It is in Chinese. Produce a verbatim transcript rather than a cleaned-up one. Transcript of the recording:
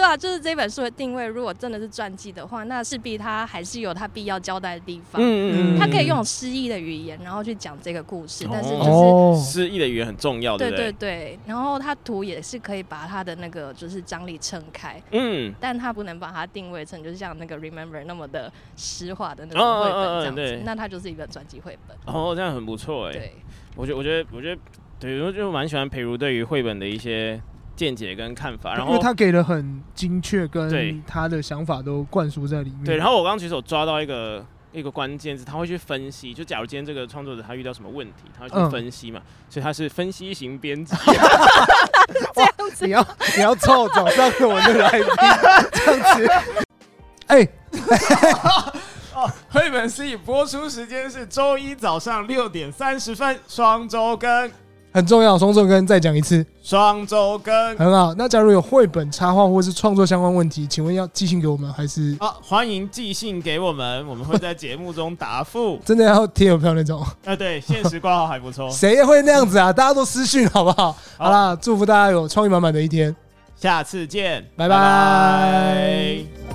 啊，就是这本书的定位，如果真的是传记的话，那势必它还是有它必要交代的地方。嗯嗯，它可以用诗意的语言，然后去讲这个故事，哦、但是就是诗意的语言很重要，对不对？ 对对对。然后它图也是可以把它的那个就是张力撑开， 嗯， 但它不能把它定位成就是像那个 Remember 那么的诗化的那种绘本这样子，哦、那它就是一本传记绘本。 哦，这样很不错哎。 对， 我觉得我觉得我觉得对，我就蛮喜欢培如对于绘本的一些见解跟看法，然后因为他给的很精确，跟他的想法都灌输在里面。 对，然后我刚刚其实有抓到一个一个关键字，他会去分析。就假如今天这个创作者他遇到什么问题，他会去分析嘛，嗯、所以他是分析型编辑。 这样子， 你要你要凑早上的我的来宾这样子。哎、欸， 哦，绘本 C 播出时间是周一早上六点三十分，双周更。 很重要，双周更再讲一次， 双周更很好。那假如有绘本插画或是创作相关问题，请问要寄信给我们还是？ 啊，欢迎寄信给我们，我们会在节目中答复。 真的要贴邮票那种？ 啊，对，限时挂号还不错。 谁会那样子啊？大家都私讯好不好？好, 好啦，祝福大家有创意满满的一天， 下次见， 拜拜。拜拜。